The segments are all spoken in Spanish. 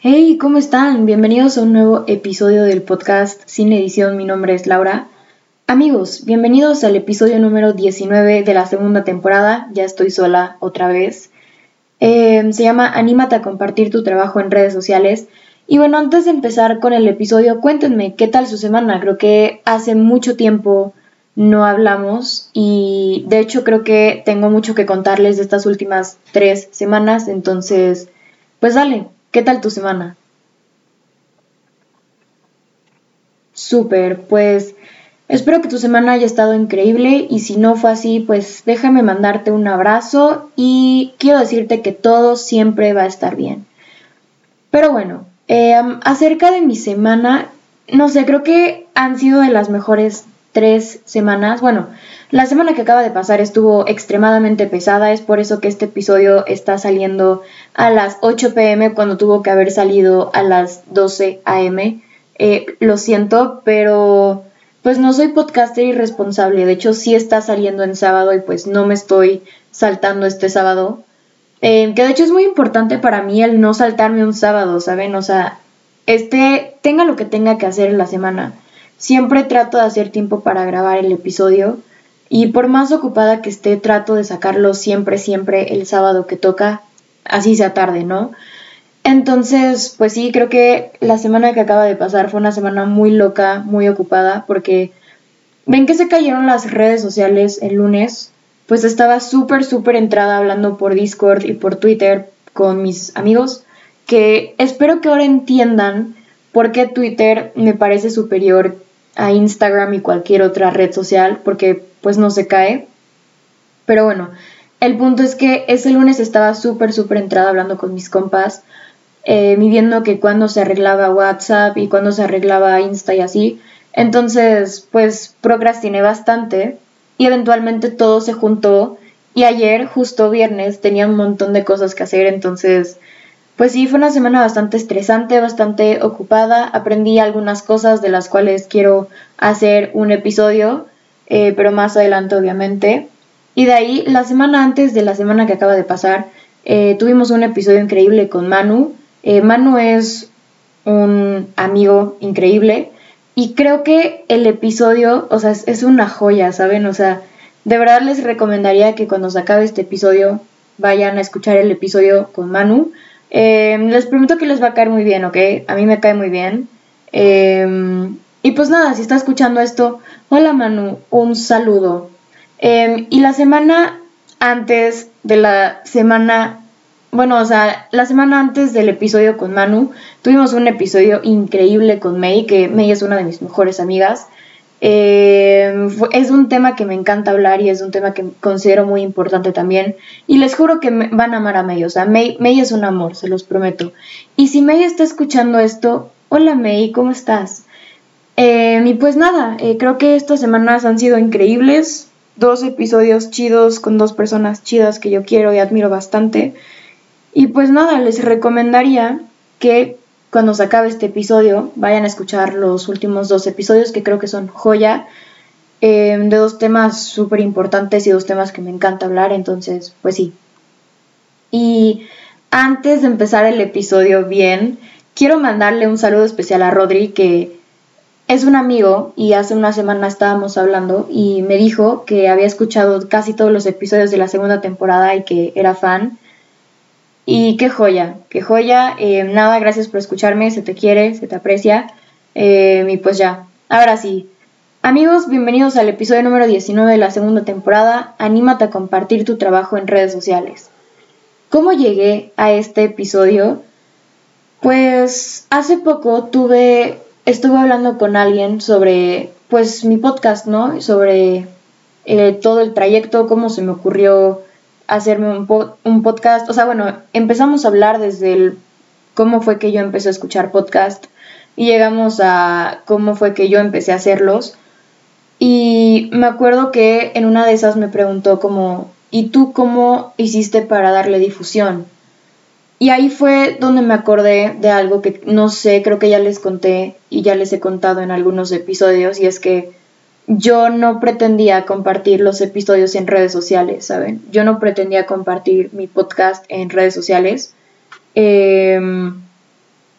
Hey, ¿cómo están? Bienvenidos a un nuevo episodio del podcast Sin Edición. Mi nombre es Laura. Amigos, bienvenidos al episodio número 19 de la segunda temporada. Ya estoy sola otra vez. Se llama Anímate a compartir tu trabajo en redes sociales. Y bueno, antes de empezar con el episodio, cuéntenme qué tal su semana. Creo que hace mucho tiempo no hablamos y de hecho creo que tengo mucho que contarles de estas últimas 3 semanas. Entonces, pues dale, ¿qué tal tu semana? Súper, pues espero que tu semana haya estado increíble y si no fue así, pues déjame mandarte un abrazo y quiero decirte que todo siempre va a estar bien. Pero bueno, acerca de mi semana, no sé, creo que han sido de las mejores 3 semanas. Bueno, la semana que acaba de pasar estuvo extremadamente pesada, es por eso que este episodio está saliendo a las 8 p.m. cuando tuvo que haber salido a las 12 a.m. Lo siento, pero pues no soy podcaster irresponsable. De hecho, sí está saliendo en sábado y pues no me estoy saltando este sábado. Que de hecho es muy importante para mí el no saltarme un sábado, ¿saben? O sea, tenga lo que tenga que hacer en la semana. Siempre trato de hacer tiempo para grabar el episodio. Y por más ocupada que esté, trato de sacarlo siempre el sábado que toca, así sea tarde, ¿no? Entonces, pues sí, creo que la semana que acaba de pasar fue una semana muy loca, muy ocupada, porque ven que se cayeron las redes sociales el lunes, pues estaba súper entrada hablando por Discord y por Twitter con mis amigos, que espero que ahora entiendan por qué Twitter me parece superior a Instagram y cualquier otra red social, porque pues no se cae. Pero bueno, el punto es que ese lunes estaba súper entrada hablando con mis compas, viendo que cuando se arreglaba WhatsApp y cuando se arreglaba Insta y así. Entonces, pues procrastiné bastante y eventualmente todo se juntó y ayer, justo viernes, tenía un montón de cosas que hacer. Entonces, pues sí, fue una semana bastante estresante, bastante ocupada. Aprendí algunas cosas de las cuales quiero hacer un episodio, pero más adelante obviamente. Y de ahí, la semana antes de la semana que acaba de pasar, tuvimos un episodio increíble con Manu. Manu es un amigo increíble y creo que el episodio, o sea, es una joya, ¿saben? O sea, de verdad les recomendaría que cuando se acabe este episodio vayan a escuchar el episodio con Manu. Les prometo que les va a caer muy bien, ¿ok? A mí me cae muy bien. Y pues nada, si está escuchando esto, hola Manu, un saludo. Y la semana antes de la semana, bueno, o sea, la semana antes del episodio con Manu, tuvimos un episodio increíble con May, que May es una de mis mejores amigas. Es un tema que me encanta hablar y es un tema que considero muy importante también. Y les juro que van a amar a May, o sea, May es un amor, se los prometo. Y si May está escuchando esto, hola May, ¿cómo estás? Y pues nada, creo que estas semanas han sido increíbles. 2 episodios chidos con 2 personas chidas que yo quiero y admiro bastante. Y pues nada, les recomendaría que cuando se acabe este episodio vayan a escuchar los últimos 2 episodios que creo que son joya, de 2 temas súper importantes y 2 temas que me encanta hablar. Entonces, pues sí. Y antes de empezar el episodio bien, quiero mandarle un saludo especial a Rodri, que es un amigo y hace una semana estábamos hablando y me dijo que había escuchado casi todos los episodios de la segunda temporada y que era fan. Y qué joya, qué joya. Nada, gracias por escucharme, se te quiere, se te aprecia. Y pues ya, ahora sí. Amigos, bienvenidos al episodio número 19 de la segunda temporada. Anímate a compartir tu trabajo en redes sociales. ¿Cómo llegué a este episodio? Pues hace poco estuve hablando con alguien sobre, pues, mi podcast, ¿no? Sobre todo el trayecto, cómo se me ocurrió hacerme un podcast. O sea, bueno, empezamos a hablar desde cómo fue que yo empecé a escuchar podcast y llegamos a cómo fue que yo empecé a hacerlos. Y me acuerdo que en una de esas me preguntó como, ¿y tú cómo hiciste para darle difusión? Y ahí fue donde me acordé de algo que no sé, creo que ya les conté y ya les he contado en algunos episodios, y es que yo no pretendía compartir los episodios en redes sociales, ¿saben? Yo no pretendía compartir mi podcast en redes sociales.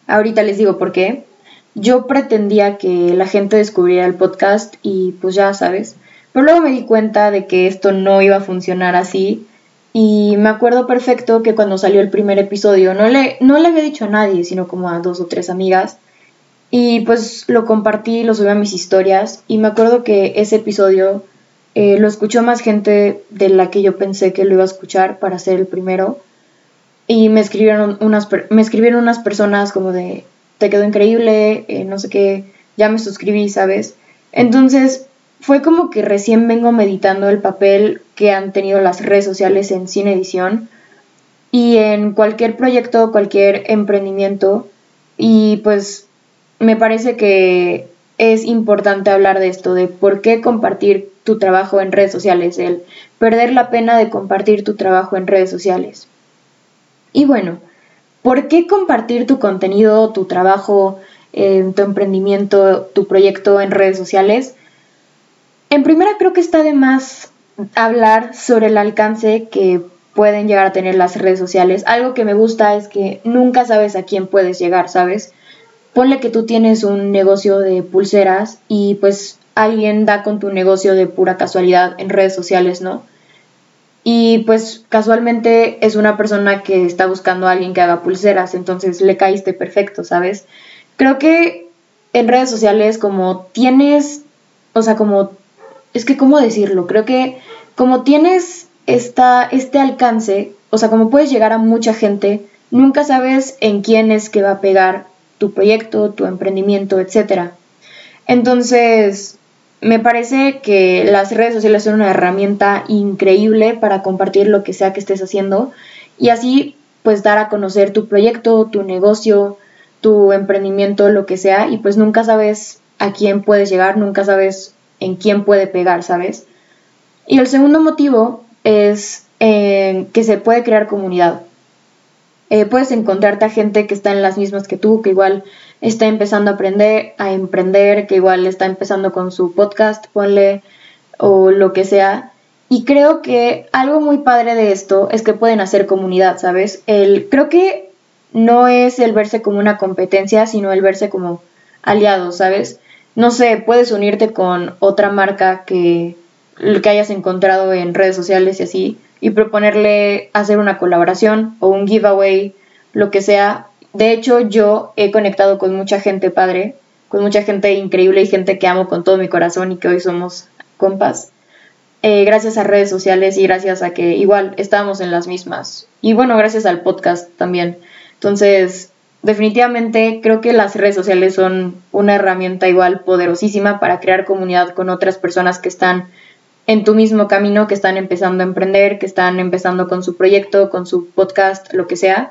Ahorita les digo por qué. Yo pretendía que la gente descubriera el podcast y pues ya sabes. Pero luego me di cuenta de que esto no iba a funcionar así. Y me acuerdo perfecto que cuando salió el primer episodio no le había dicho a nadie, sino como a 2 o 3 amigas. Y pues lo compartí, lo subí a mis historias. Y me acuerdo que ese episodio lo escuchó más gente de la que yo pensé que lo iba a escuchar para ser el primero. Y me escribieron unas personas como de, te quedó increíble, no sé qué, ya me suscribí, ¿sabes? Entonces fue como que recién vengo meditando el papel que han tenido las redes sociales en Sin Edición y en cualquier proyecto, cualquier emprendimiento. Y pues me parece que es importante hablar de esto, de por qué compartir tu trabajo en redes sociales, el perder la pena de compartir tu trabajo en redes sociales. Y bueno, ¿por qué compartir tu contenido, tu trabajo, tu emprendimiento, tu proyecto en redes sociales? En primera creo que está de más hablar sobre el alcance que pueden llegar a tener las redes sociales. Algo que me gusta es que nunca sabes a quién puedes llegar, ¿sabes? Ponle que tú tienes un negocio de pulseras y pues alguien da con tu negocio de pura casualidad en redes sociales, ¿no? Y pues casualmente es una persona que está buscando a alguien que haga pulseras, entonces le caíste perfecto, ¿sabes? Creo que en redes sociales como tienes, o sea, como, es que cómo decirlo, creo que como tienes este alcance, o sea, como puedes llegar a mucha gente, nunca sabes en quién es que va a pegar tu proyecto, tu emprendimiento, etcétera. Entonces, me parece que las redes sociales son una herramienta increíble para compartir lo que sea que estés haciendo y así pues dar a conocer tu proyecto, tu negocio, tu emprendimiento, lo que sea, y pues nunca sabes a quién puedes llegar, nunca sabes en quién puede pegar, ¿sabes? Y el segundo motivo es que se puede crear comunidad. Puedes encontrarte a gente que está en las mismas que tú, que igual está empezando a aprender, a emprender, que igual está empezando con su podcast, ponle, o lo que sea. Y creo que algo muy padre de esto es que pueden hacer comunidad, ¿sabes? Creo que no es el verse como una competencia, sino el verse como aliados, ¿sabes? No sé, puedes unirte con otra marca que hayas encontrado en redes sociales y así, y proponerle hacer una colaboración o un giveaway, lo que sea. De hecho, yo he conectado con mucha gente padre, con mucha gente increíble y gente que amo con todo mi corazón y que hoy somos compas, gracias a redes sociales y gracias a que igual estábamos en las mismas. Y bueno, gracias al podcast también. Entonces, definitivamente creo que las redes sociales son una herramienta igual poderosísima para crear comunidad con otras personas que están en tu mismo camino, que están empezando a emprender, que están empezando con su proyecto, con su podcast, lo que sea.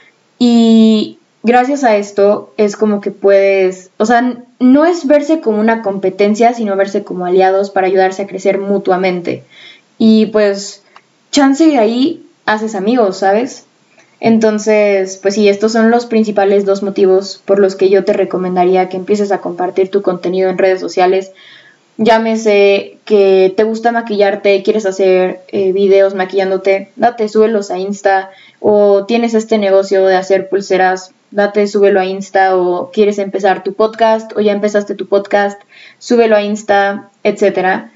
Y gracias a esto es como que puedes, o sea, no es verse como una competencia, sino verse como aliados para ayudarse a crecer mutuamente. Y pues, chance de ahí haces amigos, ¿sabes? Entonces, pues sí, estos son los principales 2 motivos por los que yo te recomendaría que empieces a compartir tu contenido en redes sociales. Llámese que te gusta maquillarte, quieres hacer videos maquillándote, date, súbelos a Insta, o tienes este negocio de hacer pulseras, date, súbelo a Insta, o quieres empezar tu podcast, o ya empezaste tu podcast, súbelo a Insta, etcétera.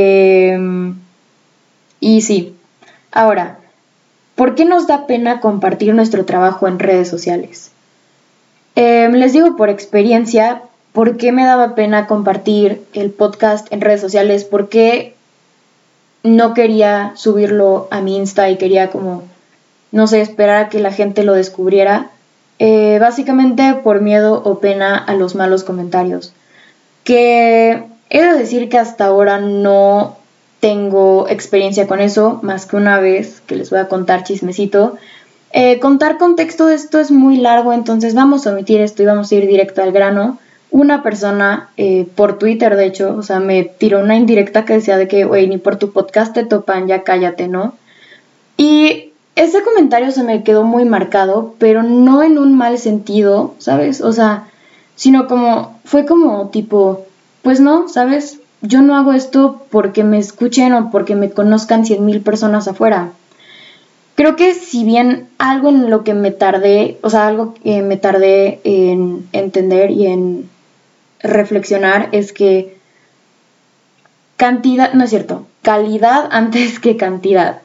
Y sí, ahora, ¿por qué nos da pena compartir nuestro trabajo en redes sociales? Les digo por experiencia, ¿por qué me daba pena compartir el podcast en redes sociales? ¿Por qué no quería subirlo a mi Insta y quería como, no sé, esperar a que la gente lo descubriera? Básicamente por miedo o pena a los malos comentarios. Que he de decir que hasta ahora no tengo experiencia con eso, más que una vez, que les voy a contar chismecito. Contar contexto de esto es muy largo, entonces vamos a omitir esto y vamos a ir directo al grano. Una persona, por Twitter de hecho, o sea, me tiró una indirecta que decía de que, güey, ni por tu podcast te topan, ya cállate, ¿no? Y ese comentario se me quedó muy marcado, pero no en un mal sentido, ¿sabes? O sea, sino como, fue como tipo, pues no, ¿sabes? Yo no hago esto porque me escuchen o porque me conozcan 100,000 personas afuera. creo que si bien algo en lo que me tardé, o sea, algo que me tardé en entender y en reflexionar es que cantidad, no es cierto, calidad antes que cantidad.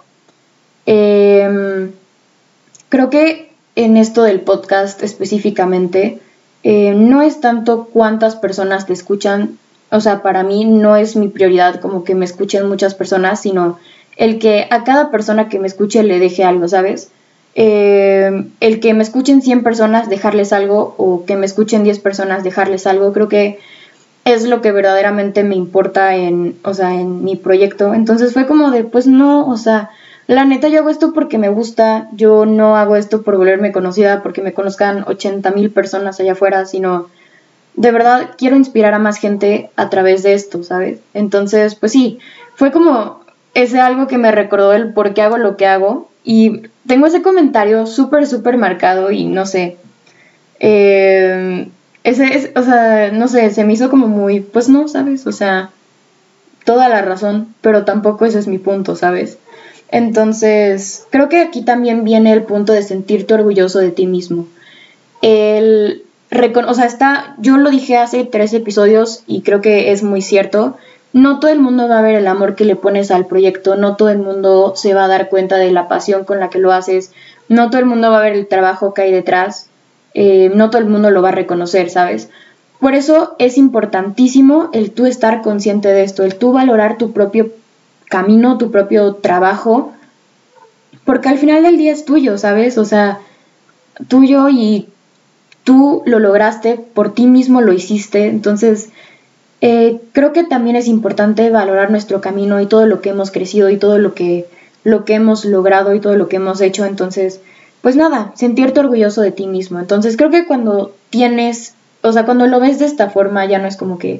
Creo que en esto del podcast específicamente, no es tanto cuántas personas te escuchan, o sea, para mí no es mi prioridad como que me escuchen muchas personas, sino el que a cada persona que me escuche le deje algo, ¿sabes? El que me escuchen 100 personas, dejarles algo, o que me escuchen 10 personas, dejarles algo, creo que es lo que verdaderamente me importa o sea, en mi proyecto. Entonces fue como de, pues no, o sea, la neta yo hago esto porque me gusta, yo no hago esto por volverme conocida, porque me conozcan 80,000 personas allá afuera, sino de verdad quiero inspirar a más gente a través de esto, ¿sabes? Entonces, pues sí, fue como ese algo que me recordó el por qué hago lo que hago y tengo ese comentario súper, súper marcado y no sé, o sea, no sé, se me hizo como muy, pues no, ¿sabes? O sea, toda la razón, pero tampoco ese es mi punto, ¿sabes? Entonces, creo que aquí también viene el punto de sentirte orgulloso de ti mismo. O sea, yo lo dije hace 3 episodios y creo que es muy cierto. No todo el mundo va a ver el amor que le pones al proyecto, no todo el mundo se va a dar cuenta de la pasión con la que lo haces, no todo el mundo va a ver el trabajo que hay detrás, no todo el mundo lo va a reconocer, ¿sabes? Por eso es importantísimo el tú estar consciente de esto, el tú valorar tu propio camino, tu propio trabajo, porque al final del día es tuyo, ¿sabes? O sea, tuyo y tú lo lograste, por ti mismo lo hiciste, entonces creo que también es importante valorar nuestro camino y todo lo que hemos crecido y todo lo que hemos logrado y todo lo que hemos hecho, entonces, pues nada, sentirte orgulloso de ti mismo. Entonces creo que cuando o sea, cuando lo ves de esta forma ya no es como que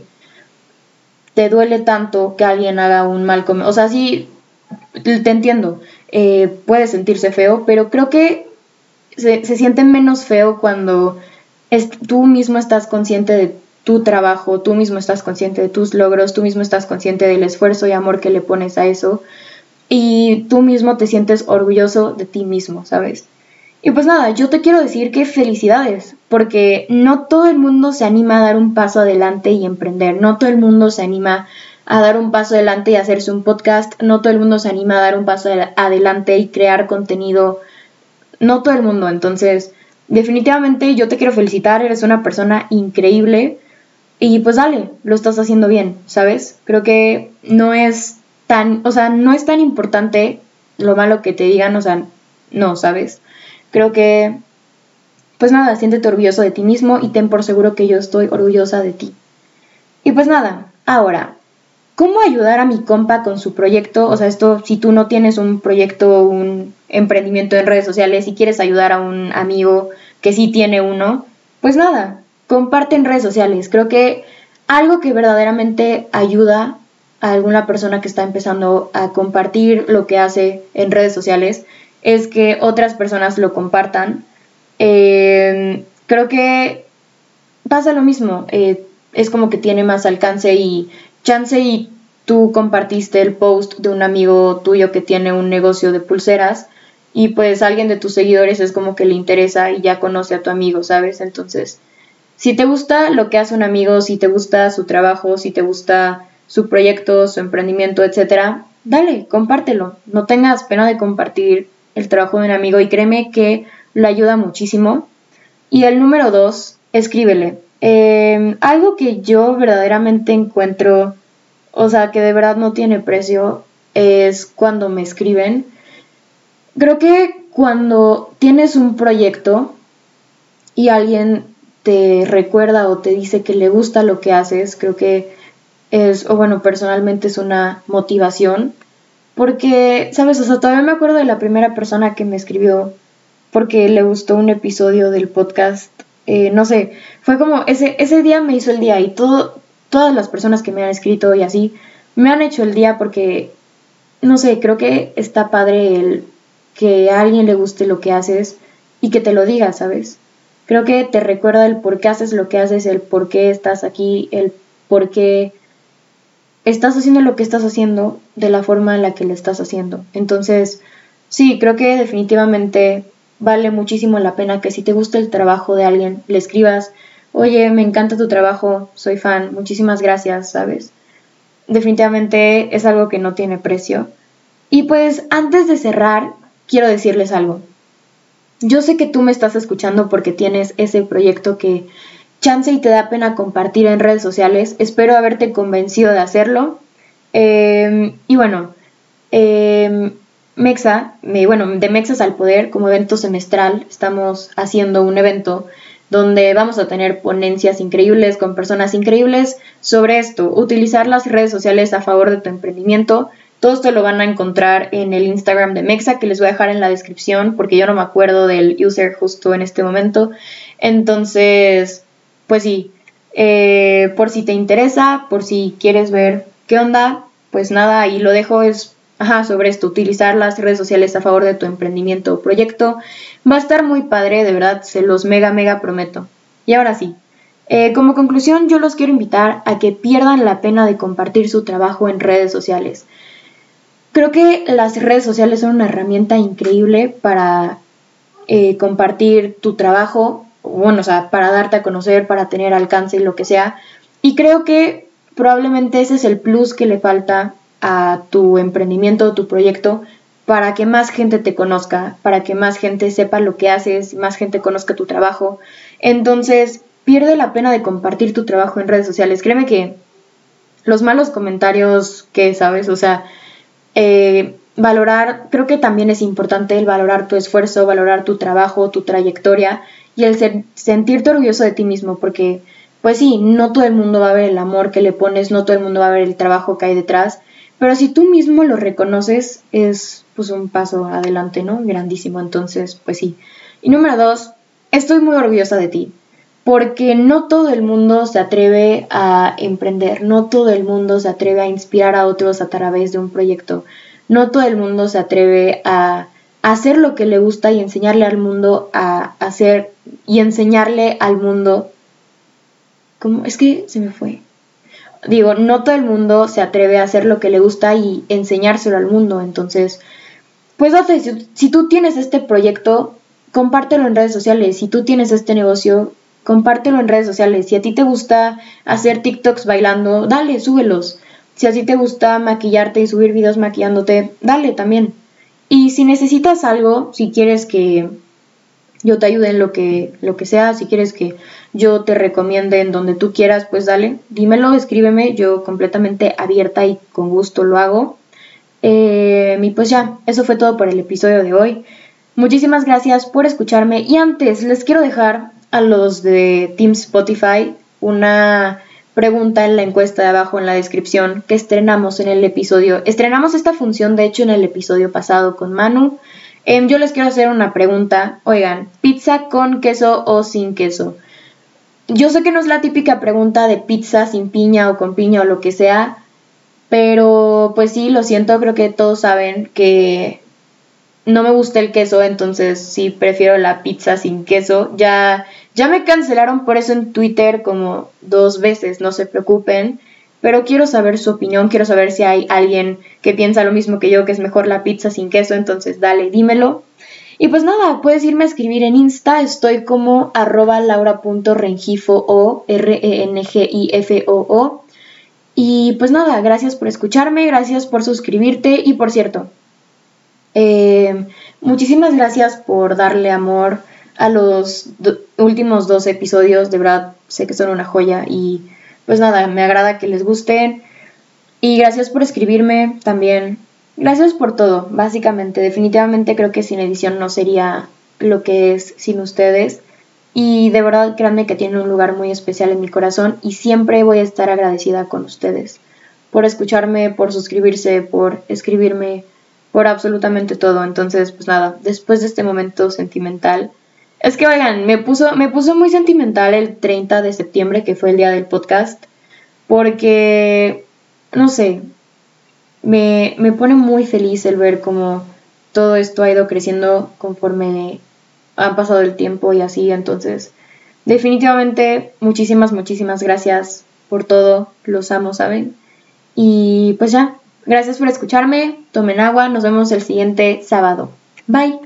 te duele tanto que alguien haga un mal comentario, o sea, sí, te entiendo, puede sentirse feo, pero creo que se siente menos feo cuando tú mismo estás consciente de tu trabajo, tú mismo estás consciente de tus logros, tú mismo estás consciente del esfuerzo y amor que le pones a eso y tú mismo te sientes orgulloso de ti mismo, ¿sabes? Y pues nada, yo te quiero decir que felicidades, porque no todo el mundo se anima a dar un paso adelante y emprender, no todo el mundo se anima a dar un paso adelante y hacerse un podcast, no todo el mundo se anima a dar un paso adelante y crear contenido, no todo el mundo. Entonces, definitivamente yo te quiero felicitar, eres una persona increíble y pues dale, lo estás haciendo bien, ¿sabes? Creo que no es o sea, no es tan importante lo malo que te digan, o sea, no, ¿sabes? Creo que, pues nada, siéntete orgulloso de ti mismo y ten por seguro que yo estoy orgullosa de ti. Y pues nada, ahora, ¿cómo ayudar a mi compa con su proyecto? O sea, esto, si tú no tienes un proyecto, un emprendimiento en redes sociales y quieres ayudar a un amigo que sí tiene uno, pues nada, comparte en redes sociales. Creo que algo que verdaderamente ayuda a alguna persona que está empezando a compartir lo que hace en redes sociales es que otras personas lo compartan. Creo que pasa lo mismo, es como que tiene más alcance y chance y tú compartiste el post de un amigo tuyo que tiene un negocio de pulseras y pues alguien de tus seguidores es como que le interesa y ya conoce a tu amigo, ¿sabes? Entonces, si te gusta lo que hace un amigo, si te gusta su trabajo, si te gusta su proyecto, su emprendimiento, etcétera, dale, compártelo. No tengas pena de compartir el trabajo de un amigo y créeme que lo ayuda muchísimo. Y el número 2, escríbele. Algo que yo verdaderamente encuentro, o sea, que de verdad no tiene precio, es cuando me escriben. Creo que cuando tienes un proyecto y alguien te recuerda o te dice que le gusta lo que haces, creo que o bueno, personalmente es una motivación, porque, ¿sabes? O sea, todavía me acuerdo de la primera persona que me escribió porque le gustó un episodio del podcast, no sé, fue como ese día me hizo el día y todas las personas que me han escrito y así, me han hecho el día porque, no sé, creo que está padre el que a alguien le guste lo que haces y que te lo diga, ¿sabes? Creo que te recuerda el por qué haces lo que haces, el por qué estás aquí, el por qué estás haciendo lo que estás haciendo de la forma en la que lo estás haciendo. Entonces, Sí, creo que definitivamente vale muchísimo la pena que si te gusta el trabajo de alguien, le escribas, oye, me encanta tu trabajo, soy fan, muchísimas gracias, ¿sabes? Definitivamente es algo que no tiene precio. Y pues antes de cerrar, quiero decirles algo. Yo sé que tú me estás escuchando porque tienes ese proyecto que chance y te da pena compartir en redes sociales. Espero haberte convencido de hacerlo. Y bueno, eh, de Mexas al Poder, como evento semestral, estamos haciendo un evento donde vamos a tener ponencias increíbles con personas increíbles sobre esto, utilizar las redes sociales a favor de tu emprendimiento. Todo esto lo van a encontrar en el Instagram de Mexa, que les voy a dejar en la descripción, porque yo no me acuerdo del user justo en este momento. Entonces, pues sí, por si te interesa, por si quieres ver qué onda, pues nada, ahí lo dejo, es sobre esto, utilizar las redes sociales a favor de tu emprendimiento o proyecto. Va a estar muy padre, de verdad, se los mega prometo. Y ahora sí, como conclusión, yo los quiero invitar a que pierdan la pena de compartir su trabajo en redes sociales. Creo que las redes sociales son una herramienta increíble para compartir tu trabajo, bueno, o sea, para darte a conocer, para tener alcance y lo que sea. Y creo que probablemente ese es el plus que le falta a tu emprendimiento o tu proyecto para que más gente te conozca, para que más gente sepa lo que haces, más gente conozca tu trabajo. Entonces, pierde la pena de compartir tu trabajo en redes sociales. Créeme que los malos comentarios que, ¿sabes? O sea, valorar, creo que también es importante el valorar tu esfuerzo, valorar tu trabajo, tu trayectoria y el sentirte orgulloso de ti mismo, porque pues sí, no todo el mundo va a ver el amor que le pones, no todo el mundo va a ver el trabajo que hay detrás, pero si tú mismo lo reconoces es pues un paso adelante, ¿no? Grandísimo, entonces pues sí. Y número 2, estoy muy orgullosa de ti, porque no todo el mundo se atreve a emprender, no todo el mundo se atreve a inspirar a otros a través de un proyecto, no todo el mundo se atreve a hacer lo que le gusta y enseñarle al mundo a hacer y enseñarle al mundo. ¿Cómo? Es que se me fue. Digo, no todo el mundo se atreve a hacer lo que le gusta y enseñárselo al mundo, entonces, pues date, si tú tienes este proyecto, compártelo en redes sociales, si tú tienes este negocio, compártelo en redes sociales. Si a ti te gusta hacer TikToks bailando, dale, súbelos. Si a ti te gusta maquillarte y subir videos maquillándote, dale también. Y si necesitas algo, si quieres que yo te ayude en lo que sea, si quieres que yo te recomiende en donde tú quieras, pues dale, dímelo, escríbeme, yo completamente abierta y con gusto lo hago. Y pues ya, eso fue todo por el episodio de hoy. Muchísimas gracias por escucharme y antes les quiero dejar a los de Team Spotify una pregunta en la encuesta de abajo en la descripción que estrenamos en el episodio. Estrenamos esta función de hecho en el episodio pasado con Manu. Yo les quiero hacer una pregunta. Oigan, ¿pizza con queso o sin queso? Yo sé que no es la típica pregunta de pizza sin piña o con piña o lo que sea, pero pues sí, lo siento, creo que todos saben que no me gusta el queso, entonces sí prefiero la pizza sin queso. Ya me cancelaron por eso en Twitter como 2 veces, no se preocupen, pero quiero saber su opinión, quiero saber si hay alguien que piensa lo mismo que yo, que es mejor la pizza sin queso, entonces dale, dímelo. Y pues nada, puedes irme a escribir en Insta, estoy como @laura.rengifo o RENGIFOO. Y pues nada, gracias por escucharme, gracias por suscribirte y por cierto, muchísimas gracias por darle amor a los últimos 2 episodios, de verdad sé que son una joya y pues nada, me agrada que les gusten y gracias por escribirme también, gracias por todo, básicamente, definitivamente creo que sin edición no sería lo que es sin ustedes y de verdad créanme que tienen un lugar muy especial en mi corazón y siempre voy a estar agradecida con ustedes por escucharme, por suscribirse, por escribirme, por absolutamente todo. Entonces, pues nada, después de este momento sentimental, es que oigan, me puso muy sentimental el 30 de septiembre, que fue el día del podcast, porque, no sé, me pone muy feliz el ver cómo todo esto ha ido creciendo conforme ha pasado el tiempo y así. Entonces, definitivamente, muchísimas gracias por todo. Los amo, ¿saben? Y pues ya, Gracias por escucharme, tomen agua, nos vemos el siguiente sábado. Bye.